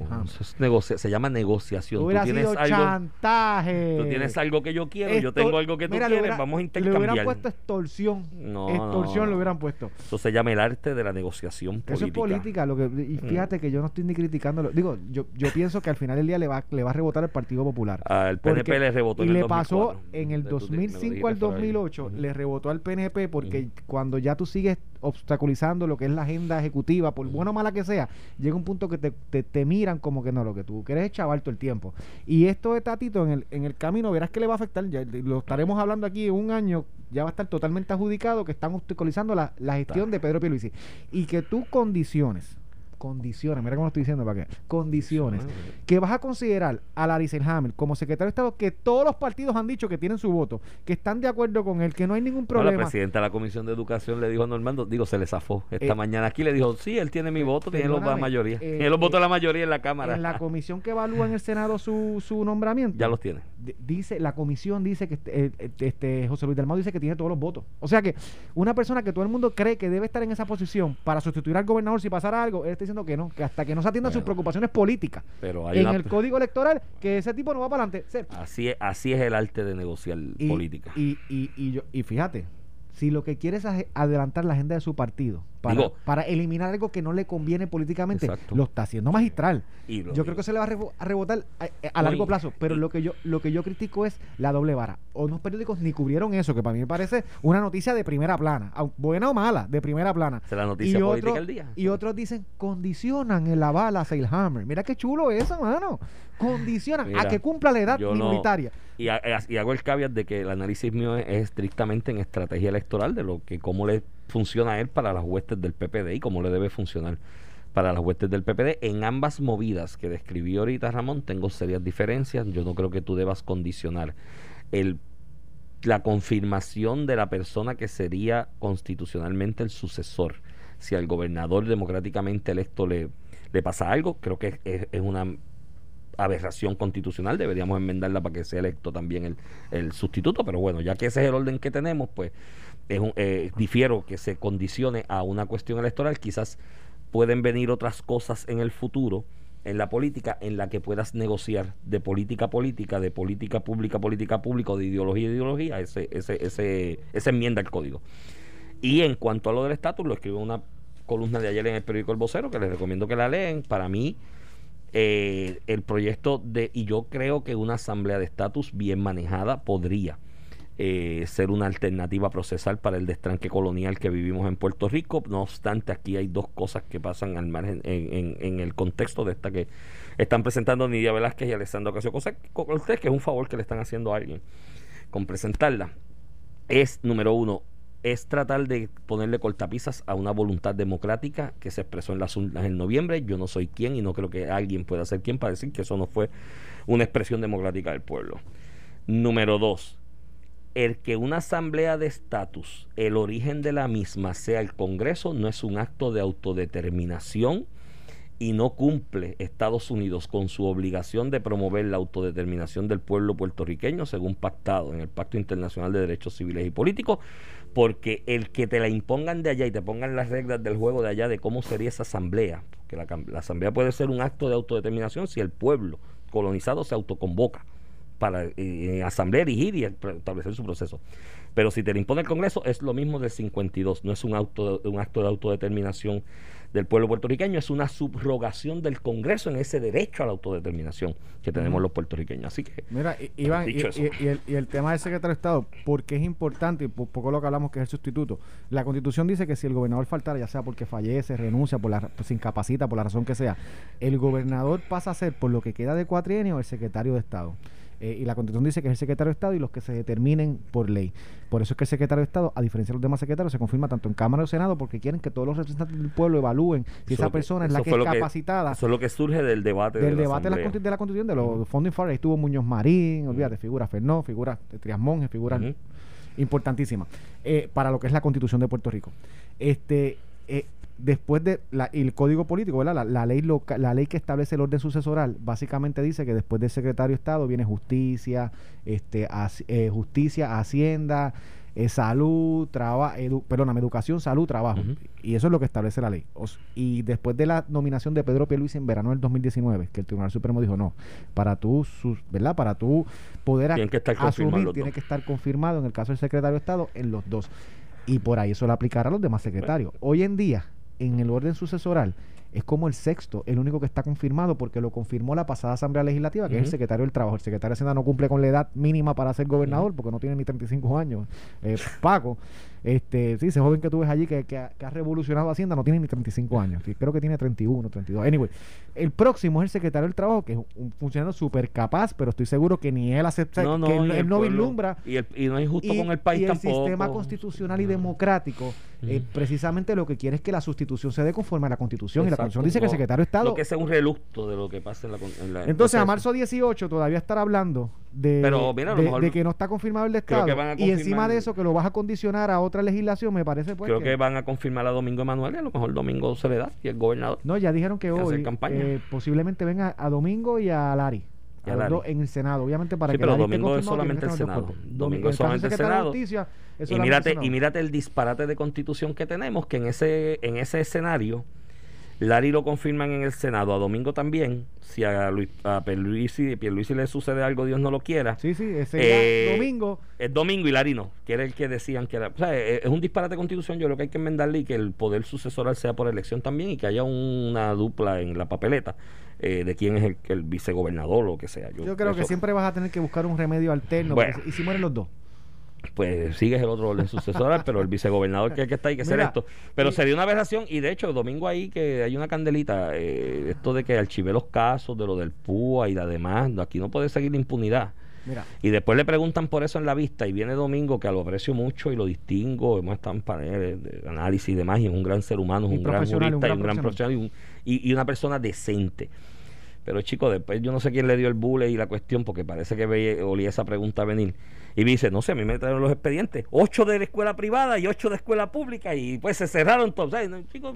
Se llama negociación. Hubiera tú tienes sido algo, chantaje. Tú tienes algo que yo quiero, Esto, yo tengo algo que tú mira, quieres, hubiera, vamos a intercambiar. Le hubieran puesto extorsión. No, extorsión no. le hubieran puesto. Eso se llama el arte de la negociación política. Eso es política. Lo que, y fíjate mm. que yo no estoy ni criticándolo. Digo, yo, yo pienso que al final del día le va, le va a rebotar al Partido Popular. Al P N P le rebotó en y el le dos mil cuatro. pasó en el dos mil cinco al dos mil ocho, uh-huh. le rebotó al P N P porque uh-huh. cuando ya tú sigues obstaculizando lo que es la agenda ejecutiva, por buena o mala que sea, llega un punto que te, te, te miran como que no, lo que tú quieres es chaval todo el tiempo. Y esto de Tatito en el, en el camino, verás que le va a afectar, ya lo estaremos hablando aquí en un año, ya va a estar totalmente adjudicado que están obstaculizando la, la gestión de Pedro Pierluisi. Y que tú condiciones, condiciones, mira cómo lo estoy diciendo para qué, condiciones, que vas a considerar a Larry Selhammer como secretario de Estado, que todos los partidos han dicho que tienen su voto, que están de acuerdo con él, que no hay ningún problema. No, la presidenta de la Comisión de Educación le dijo a Normando, digo, se le zafó esta eh, mañana aquí, le dijo, sí, él tiene mi voto, tiene los, la mayoría, eh, tiene los votos de la mayoría en la Cámara. En la comisión que evalúa en el Senado su, su nombramiento. Ya los tiene. Dice, la comisión dice que eh, este José Luis Dalmau dice que tiene todos los votos. O sea que una persona que todo el mundo cree que debe estar en esa posición para sustituir al gobernador si pasara algo, él está diciendo que no, que hasta que no se atiendan bueno, sus preocupaciones políticas pero hay en una... el código electoral, que ese tipo no va para adelante. Así es, así es el arte de negociar y, política. Y, y, y, yo, y fíjate, si lo que quiere es adelantar la agenda de su partido para, digo, para eliminar algo que no le conviene políticamente, exacto. lo está haciendo magistral. Y yo digo. creo que se le va a, rebo, a rebotar a, a largo Uy, plazo, pero y, lo que yo lo que yo critico es la doble vara. Unos periódicos ni cubrieron eso, que para mí me parece una noticia de primera plana, buena o mala, de primera plana. Es la noticia y política otro, del día. Y otros dicen, condicionan el aval a Selhammer. Mira qué chulo eso, mano. Condicionan Mira, a que cumpla la edad minoritaria. No, y, a, y hago el caveat de que el análisis mío es, es estrictamente en estrategia electoral, de lo que cómo le funciona a él para las huestes del P P D y cómo le debe funcionar para las huestes del P P D. En ambas movidas que describí ahorita, Ramón, tengo serias diferencias. Yo no creo que tú debas condicionar el la confirmación de la persona que sería constitucionalmente el sucesor. Si al gobernador democráticamente electo le, le pasa algo, creo que es, es una aberración constitucional, deberíamos enmendarla para que sea electo también el, el sustituto, pero bueno, ya que ese es el orden que tenemos, pues es un, eh, difiero que se condicione a una cuestión electoral. Quizás pueden venir otras cosas en el futuro en la política en la que puedas negociar de política a política, de política pública a política pública, o de ideología a ideología, ese, ese, ese, esa enmienda al código. Y en cuanto a lo del estatus, lo escribo en una columna de ayer en el periódico El Vocero, que les recomiendo que la leen. Para mí, eh, el proyecto de, y yo creo que una asamblea de estatus bien manejada podría eh, ser una alternativa procesal para el destranque colonial que vivimos en Puerto Rico. No obstante, aquí hay dos cosas que pasan al margen en, en, en el contexto de esta que están presentando Nidia Velázquez y Alessandro Ocasio-Cortez, que es un favor que le están haciendo a alguien con presentarla. Es, número uno, es tratar de ponerle cortapisas a una voluntad democrática que se expresó en las urnas en noviembre. Yo no soy quien y no creo que alguien pueda ser quien para decir que eso no fue una expresión democrática del pueblo. Número dos, el que una asamblea de estatus, el origen de la misma sea el Congreso, no es un acto de autodeterminación y no cumple Estados Unidos con su obligación de promover la autodeterminación del pueblo puertorriqueño según pactado en el Pacto Internacional de Derechos Civiles y Políticos, porque el que te la impongan de allá y te pongan las reglas del juego de allá de cómo sería esa asamblea, porque la, la asamblea puede ser un acto de autodeterminación si el pueblo colonizado se autoconvoca para eh, asamblea erigir y establecer su proceso. Pero si te lo impone el Congreso, es lo mismo del cincuenta y dos. No es un, auto, un acto de autodeterminación del pueblo puertorriqueño, es una subrogación del Congreso en ese derecho a la autodeterminación que tenemos uh-huh. los puertorriqueños. Así que, mira, Iván, y, y, y, el, y el tema del secretario de Estado, porque es importante, y por poco lo que hablamos que es el sustituto. La Constitución dice que si el gobernador faltara, ya sea porque fallece, renuncia, por la, pues, se incapacita, por la razón que sea, el gobernador pasa a ser, por lo que queda de cuatrienio, el secretario de Estado. Eh, y la Constitución dice que es el secretario de Estado y los que se determinen por ley. Por eso es que el secretario de Estado, a diferencia de los demás secretarios, se confirma tanto en Cámara o Senado, porque quieren que todos los representantes del pueblo evalúen si eso esa persona que, es la que es capacitada. Que, eso es lo que surge del debate del de debate la de, la, de la Constitución, de los uh-huh. fondos inferiores. Ahí estuvo Muñoz Marín, uh-huh. olvídate, figura Fernó, figura de Trias Monge, figura uh-huh. importantísima eh, para lo que es la Constitución de Puerto Rico. Este eh, Después de la, el código político, ¿verdad? La, la ley loca, la ley que establece el orden sucesoral básicamente dice que después del secretario de Estado viene justicia, este, as, eh, justicia, hacienda, eh, salud, trabajo, edu, perdóname, educación, salud, trabajo. Uh-huh. Y eso es lo que establece la ley. Os, y después de la nominación de Pedro Pierluisi en verano del dos mil diecinueve, que el Tribunal Supremo dijo no, para tú, sus, ¿verdad? Para tú poder tiene que estar asumir, tiene que estar confirmado en el caso del secretario de Estado en los dos. Y por ahí eso lo aplicará a los demás secretarios. Bueno. Hoy en día, en el orden sucesoral, es como el sexto, el único que está confirmado porque lo confirmó la pasada Asamblea Legislativa, que uh-huh. es el secretario del Trabajo. El secretario de Hacienda no cumple con la edad mínima para ser gobernador uh-huh. porque no tiene ni treinta y cinco años. Eh, Paco, este, sí, ese joven que tú ves allí que, que, que ha revolucionado Hacienda no tiene ni treinta y cinco años. Sí, creo que tiene treinta y uno, treinta y dos. Anyway, el próximo es el secretario del Trabajo, que es un funcionario súper capaz, pero estoy seguro que ni él acepta, no, no, que él, él no vislumbra. Y, el, y no es justo y, con el país y el tampoco. El sistema constitucional y no. democrático, uh-huh. eh, precisamente lo que quiere es que la sustitución se dé conforme a la Constitución. Exacto. Y la Constitución dice no. que el secretario de Estado... Lo que es un relucto de lo que pasa en la... En la entonces, a marzo dieciocho todavía estar hablando de, pero, mira, de, mejor, de que no está confirmado el de Estado. Y encima de eso que lo vas a condicionar a otra legislación, me parece pues creo que, que van a confirmar a Domingo Emanuel y a lo mejor Domingo Soledad y el gobernador. No, ya dijeron que hoy eh, posiblemente venga a Domingo y a Lari. A los dos en el Senado, obviamente para sí, que pero Domingo es solamente el Senado. Domingo es solamente el Senado. Justicia, y mírate, y mírate el disparate de constitución que tenemos, que en ese, en ese escenario Lari lo confirman en el Senado, a Domingo también. Si a, Luis, a Pierluisi, Pierluisi le sucede algo, Dios no lo quiera. Sí, sí, ese eh, Domingo. Es Domingo y Lari no, que era el que decían que era. O sea, es, es un disparate de constitución. Yo creo que hay que enmendarle y que el poder sucesoral sea por elección también y que haya una dupla en la papeleta eh, de quién es el, el vicegobernador o lo que sea. Yo, Yo creo eso, que siempre vas a tener que buscar un remedio alterno. Bueno, y si mueren los dos. Pues sigues el otro orden sucesoral, pero el vicegobernador que, que está ahí que ser esto. Pero y, sería una aberración, y de hecho, domingo ahí que hay una candelita, eh, esto de que archivé los casos de lo del P U A y la demás, aquí no puede seguir la impunidad. Mira. Y después le preguntan por eso en la vista, y viene Domingo, que lo aprecio mucho y lo distingo, hemos estado en paneles de análisis y demás, y es un gran ser humano, es un gran jurista, un gran y un gran profesional y, un, y, y una persona decente. Pero chico, después yo no sé quién le dio el bule y la cuestión, porque parece que veía, olía esa pregunta venir. Y me dice, no sé, a mí me trajeron los expedientes, ocho de la escuela privada y ocho de escuela pública, y pues se cerraron todos. ¿Sabes? No, chicos,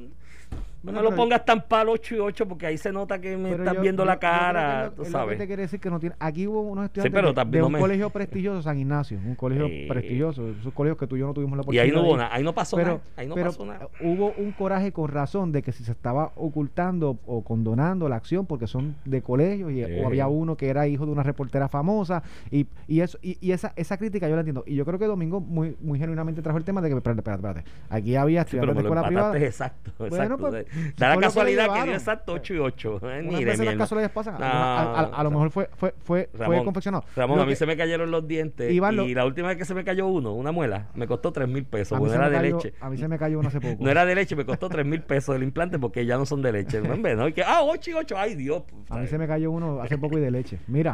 no me lo pongas tan palo ocho y ocho, porque ahí se nota que me estás viendo yo, la cara, yo, tú sabes. Lo que te quiere decir que no tiene, aquí hubo unos estudiantes sí, pero de, de no un me... colegio prestigioso, San Ignacio, un colegio eh... prestigioso, esos colegios que tú y yo no tuvimos la oportunidad. Y ahí no hubo nada, ahí no pasó pero, nada, ahí no pero pasó nada. Hubo un coraje con razón de que si se estaba ocultando o condonando la acción porque son de colegios y eh. o había uno que era hijo de una reportera famosa y, y eso y, y esa esa crítica yo la entiendo. Y yo creo que Domingo muy muy genuinamente trajo el tema de que espérate, espérate, espérate. Aquí había estudiantes sí, de escuela privada. Exacto, exacto. Bueno, pues, da la casualidad que dio exacto ocho y ocho. Eh, Unas veces las casualidades pasan. No, a, a, a, a lo mejor fue fue fue, Ramón, fue confeccionado. Ramón, lo a mí que, se me cayeron los dientes Iván, y lo, la última vez que se me cayó uno, una muela, me costó tres mil pesos. No era de cayó, leche. A mí se me cayó uno hace poco. No era de leche, me costó tres mil pesos el implante porque ya no son de leche. ¿No? ¿No? Y que, ah, ocho y ocho, ay Dios. A mí se me cayó uno hace poco y de leche. Mira,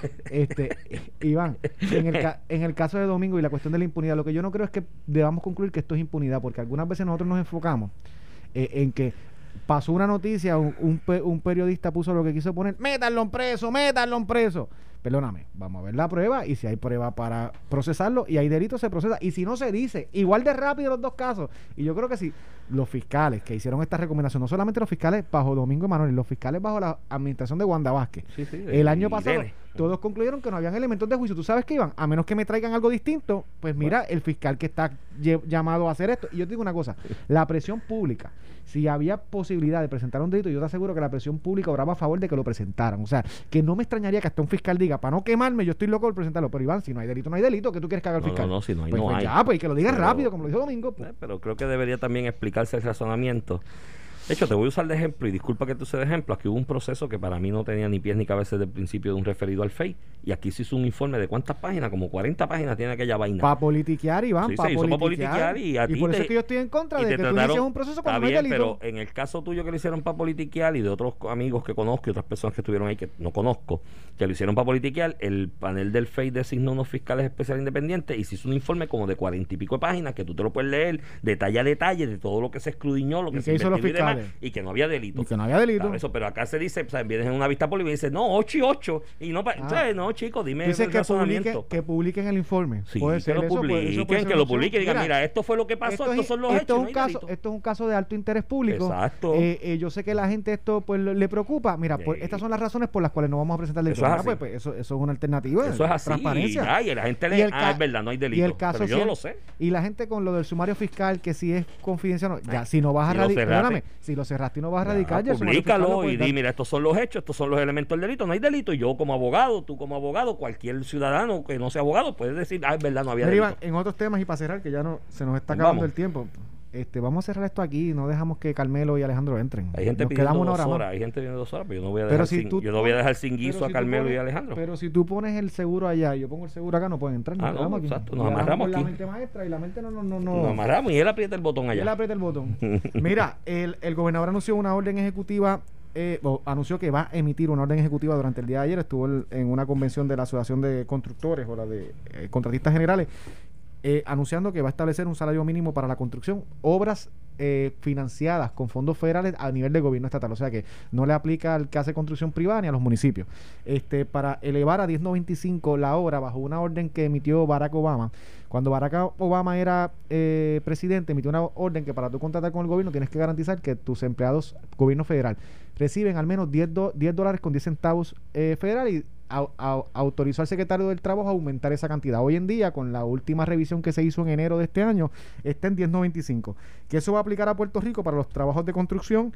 este Iván, en el, ca, en el caso de Domingo y la cuestión de la impunidad, lo que yo no creo es que debamos concluir que esto es impunidad, porque algunas veces nosotros nos enfocamos eh, en que pasó una noticia, un, un, un periodista puso lo que quiso poner, métanlo preso, métanlo preso. Perdóname, vamos a ver la prueba y si hay prueba para procesarlo y hay delito se procesa y si no se dice, igual de rápido los dos casos. Y yo creo que si los fiscales que hicieron esta recomendación, no solamente los fiscales bajo Domingo Emanuel, los fiscales bajo la administración de Wanda Vázquez, sí, sí, el año pasado Irene. Todos concluyeron que no habían elementos de juicio. ¿Tú sabes qué, Iván? A menos que me traigan algo distinto, pues mira, bueno. el fiscal que está llamado a hacer esto. Y yo te digo una cosa, la presión pública, si había posibilidad de presentar un delito, yo te aseguro que la presión pública obraba a favor de que lo presentaran. O sea, que no me extrañaría que hasta un fiscal diga, diga, para no quemarme, yo estoy loco por presentarlo. Pero Iván, si no hay delito, no hay delito. ¿Qué tú quieres que haga el No, fiscal? no, no, si no hay, pues, no pues hay. ya, pues que lo digas Pero- rápido, como lo dijo Domingo. Pues. Eh, pero creo que debería también explicarse el razonamiento. De hecho, te voy a usar de ejemplo, y disculpa que te use de ejemplo. Aquí hubo un proceso que para mí no tenía ni pies ni cabeza desde el principio de un referido al F E I. Y aquí se hizo un informe de cuántas páginas, como cuarenta páginas tiene aquella vaina. Para politiquear, Iván, Sí, para se hizo pa' politiquear. politiquear y a ti por eso te- es que yo estoy en contra y de te que tú trataron- inicies un proceso Está cuando no hay bien, delito. pero en el caso tuyo que lo hicieron para politiquear y de otros amigos que conozco y otras personas que estuvieron ahí que no conozco, que lo hicieron para politiquear, el panel del F E I designó unos fiscales especiales independientes y se hizo un informe como de cuarenta y pico de páginas que tú te lo puedes leer detalle a detalle de todo lo que se escudriñó, lo ¿Y que qué se hizo los investigó y demás, fiscales? y que no había delito. Y que no había delito. Claro, eso, pero acá se dice, o sea, vienes en una vista pública y dice, no, ocho y ocho. Y no, pa- Ah. entonces, no, chicos, dime Dice el que publiquen, razonamiento. que publiquen el informe. Sí, Puede que ser lo eso, puede- eso publiquen, puede ser que una lo opción. publiquen y digan, Mira, mira, esto fue lo que pasó, esto es- estos son los esto hechos, es no un hay caso, delito. esto es un caso de alto interés público. Exacto. Eh, eh, yo sé que la gente esto pues le le preocupa. Mira, por- Sí. estas son las razones por las cuales no vamos a presentar delito. Eso es Mira, así. pues, pues, eso, eso es una alternativa. Eso es así. Transparencia. Y, ya, y la gente Y le el ah, ca- es verdad, no hay Y delito. el caso pero yo si no el- lo sé. Y la gente con lo del sumario fiscal, que si es confidencial, no, ya, si no vas a Si lo radicar, cerraste. perdóname, si lo cerraste y no vas a Ya, radicar, ya el sumario fiscal lo Publícalo puedes y dar. di, mira, estos son los hechos, estos son los elementos del delito, no hay delito. Y yo como abogado, tú como abogado, cualquier ciudadano que no sea abogado puede decir, ah, es verdad, no había Mira, Iván, delito. en otros temas y para cerrar, que ya no se nos está Pues acabando vamos. el tiempo. Este, vamos a cerrar esto aquí y no dejamos que Carmelo y Alejandro entren. Hay gente Nos pidiendo quedamos una dos hora más. horas, hay gente pidiendo dos horas, pero yo no voy a Pero dejar, si sin, tú yo no voy a dejar sin pero guiso si a tú Carmelo pones- y a Alejandro. Pero si tú pones el seguro allá y yo pongo el seguro acá, no pueden entrar. Ah, no, quedamos aquí. exacto, Y nos hablamos amarramos con la aquí. mente maestra y la mente no, no, no, no. Nos amarramos y él aprieta el botón Y él allá. aprieta el botón. Mira, el, el gobernador anunció una orden ejecutiva, eh, o anunció que va a emitir una orden ejecutiva durante el día de ayer. Estuvo el- en una convención de la Asociación de Constructores o la de eh, Contratistas Generales, eh, anunciando que va a establecer un salario mínimo para la construcción, obras eh, financiadas con fondos federales a nivel de gobierno estatal, o sea que no le aplica al que hace construcción privada ni a los municipios. Este, para elevar a diez noventa y cinco la hora bajo una orden que emitió Barack Obama. Cuando Barack Obama era eh, presidente, emitió una orden que para tú contratar con el gobierno tienes que garantizar que tus empleados, gobierno federal, reciben al menos diez, do, diez dólares con diez centavos eh, federal y a, a, autorizó al secretario del Trabajo a aumentar esa cantidad. Hoy en día, con la última revisión que se hizo en enero de este año, está en diez noventa y cinco. Que eso va a aplicar a Puerto Rico para los trabajos de construcción.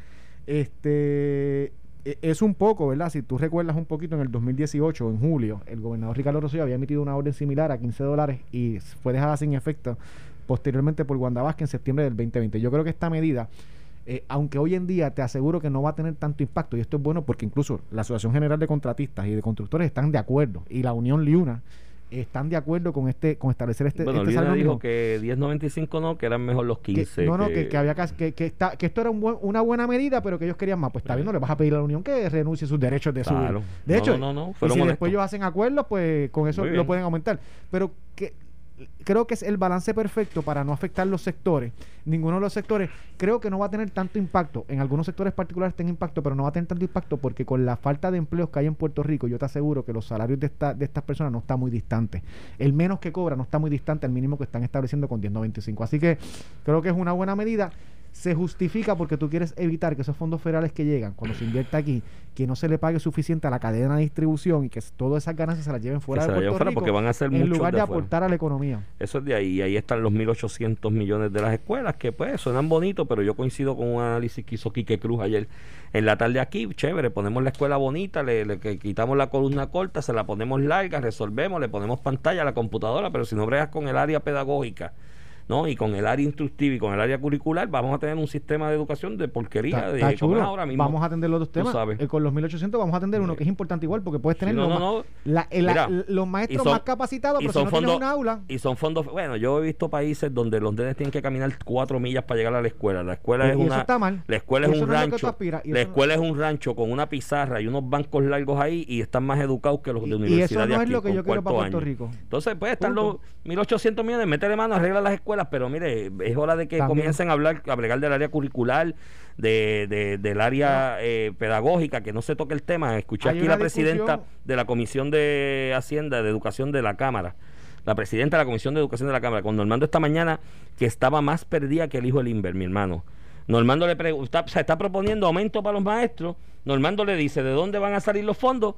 Este e- es un poco, ¿verdad? Si tú recuerdas un poquito, en el dos mil dieciocho, en julio, el gobernador Ricardo Rosselló había emitido una orden similar a quince dólares y fue dejada sin efecto posteriormente por Wanda Vázquez en septiembre del veinte veinte. Yo creo que esta medida, Eh, aunque hoy en día te aseguro que no va a tener tanto impacto, y esto es bueno porque incluso la Asociación General de Contratistas y de Constructores están de acuerdo, y la Unión Liuna están de acuerdo con este con establecer este, Bueno, este Lina salario dijo mínimo. que diez noventa y cinco no, que eran mejor los Que- quince. no, no, que, que había que, que, que, está, que esto era un buen- una buena medida, pero que ellos querían más. Pues está bien, no le vas a pedir a la Unión que renuncie sus derechos de Claro. subir. De No, hecho, no, no, no, y fueron si honestos. después ellos hacen acuerdos, pues con eso Muy lo bien. pueden aumentar. Pero que creo que es el balance perfecto para no afectar los sectores. Ninguno de los sectores creo que no va a tener tanto impacto. En algunos sectores particulares tiene impacto, pero no va a tener tanto impacto porque con la falta de empleos que hay en Puerto Rico, yo te aseguro que los salarios de, esta, de estas personas no están muy distantes. El menos que cobra no está muy distante al mínimo que están estableciendo con diez noventa y cinco. Así que creo que es una buena medida. Se justifica porque tú quieres evitar que esos fondos federales que llegan, cuando se invierta aquí, que no se le pague suficiente a la cadena de distribución y que todas esas ganancias se las lleven fuera Que se de la lleven Puerto fuera Rico, porque van a ser en muchos lugar de de afuera. aportar a la economía. Eso es de ahí. Y ahí están los mil ochocientos millones de las escuelas, que pues suenan bonitos, pero yo coincido con un análisis que hizo Quique Cruz ayer en la tarde aquí. Chévere, ponemos la escuela bonita, le, le que quitamos la columna corta, se la ponemos larga, resolvemos, le ponemos pantalla a la computadora, pero si no bregas con el área pedagógica, ¿no? Y con el área instructiva y con el área curricular, vamos a tener un sistema de educación de porquería. Está- de está como chulo. es ahora mismo. Vamos a atender los dos Tú temas. sabes. Eh, con los mil ochocientos vamos a atender uno que es importante igual porque puedes tener Sí, no, los, no, ma- no. la- el- la- Mira, los y maestros son- más capacitados, y pero si son no tienes fondos- un aula. Y son fondos, bueno, yo he visto países donde los nenes tienen que caminar cuatro millas para llegar a la escuela. La escuela Y es eso una está mal. La escuela Y es eso un no es lo que rancho. tú aspiras, y La eso no- escuela es un rancho con una pizarra y unos bancos largos ahí y están más educados que los de Y- y universidad eso no de es aquí, lo que con yo quiero para cuarto Puerto año. Rico. Entonces, pues están Punto. los mil ochocientos millones, métele mano, arregla las escuelas, pero mire, es hora de que También. comiencen a hablar, a bregar del área curricular, de, de- del área eh, pedagógica, que no se toque el tema. Escuché Hay aquí una la presidenta discusión- de la Comisión de Hacienda, de Educación de la Cámara, la presidenta de la Comisión de Educación de la Cámara, con Normando esta mañana, que estaba más perdida que el hijo del Inver, mi hermano. Normando le pregunta, o sea, está proponiendo aumento para los maestros. Normando le dice, ¿de dónde van a salir los fondos?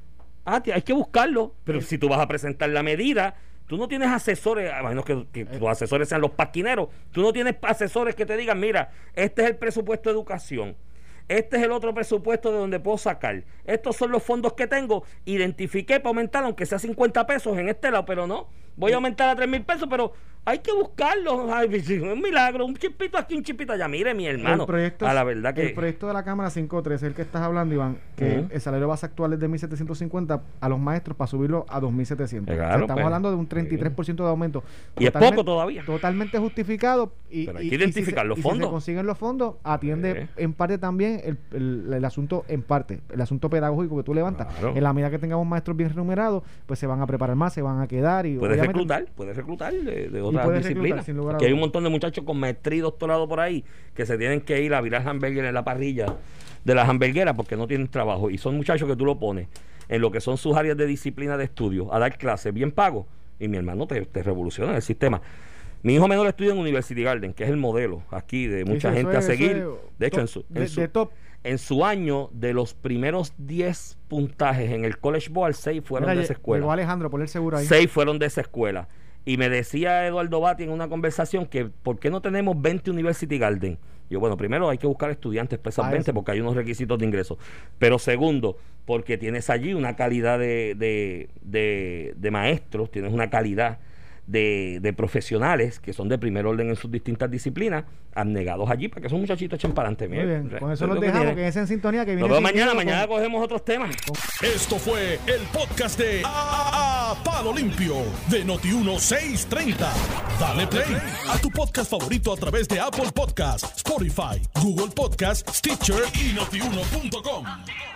Ah, tía, hay que buscarlo. Pero si tú vas a presentar la medida, tú no tienes asesores, a menos que, que los asesores sean los paquineros, tú no tienes asesores que te digan, mira, este es el presupuesto de educación. este es el otro presupuesto de donde puedo sacar, estos son los fondos que tengo, identifiqué para aumentar aunque sea cincuenta pesos en este lado, pero no, voy a aumentar a tres mil pesos, pero hay que buscarlo. Ay, un milagro, un chipito aquí, un chipito allá. Mire, mi hermano, el proyecto, a la verdad que el proyecto de la Cámara cinco tres, el que estás hablando, Iván, que uh-huh. el salario base actual es de mil setecientos cincuenta a los maestros para subirlo a dos mil setecientos. Claro, o sea, estamos pues, hablando de un treinta y tres por ciento de aumento. Y es poco todavía. Totalmente justificado. Y, pero hay y, que identificar y si los se, fondos. Y si se consiguen los fondos, atiende Sí. en parte también el, el, el asunto, en parte, el asunto pedagógico que tú levantas. Claro. En la medida que tengamos maestros bien remunerados, pues se van a preparar más, se van a quedar. Y puedes obviamente, reclutar, puedes reclutar de, de otras puedes disciplinas. reclutar, sin lugar a Que hay dudas. un montón de muchachos con maestría y doctorado por ahí que se tienen que ir a virar hamburguesas en la parrilla de las hamburgueras porque no tienen trabajo. Y son muchachos que tú lo pones en lo que son sus áreas de disciplina de estudio, a dar clases bien pago. Y mi hermano te, te revoluciona el sistema. Mi hijo menor estudia en University Garden, que es el modelo aquí de mucha Sí, sí, gente a es- seguir. es De hecho, top, en su, en de- su- de top. en su año, de los primeros diez puntajes en el College Board, seis fueron Mira, de esa escuela. llegó Alejandro, por el seguro ahí. Seis fueron de esa escuela. Y me decía Eduardo Bati en una conversación que ¿por qué no tenemos veinte University Garden? Yo, bueno, primero hay que buscar estudiantes para esas Ah, veinte eso. porque hay unos requisitos de ingreso. Pero segundo, porque tienes allí una calidad de, de, de, de maestros, tienes una calidad de, de profesionales que son de primer orden en sus distintas disciplinas, abnegados allí para que esos muchachitos echen para adelante. Muy bien, con eso es los lo que dejamos, tiene. que es en sintonía, que viene Nos vemos sin mañana, miedo mañana con- cogemos otros temas. Esto fue el podcast de A, A Palo Limpio de Noti uno seiscientos treinta. Dale play a tu podcast favorito a través de Apple Podcasts, Spotify, Google Podcasts, Stitcher y notiuno punto com.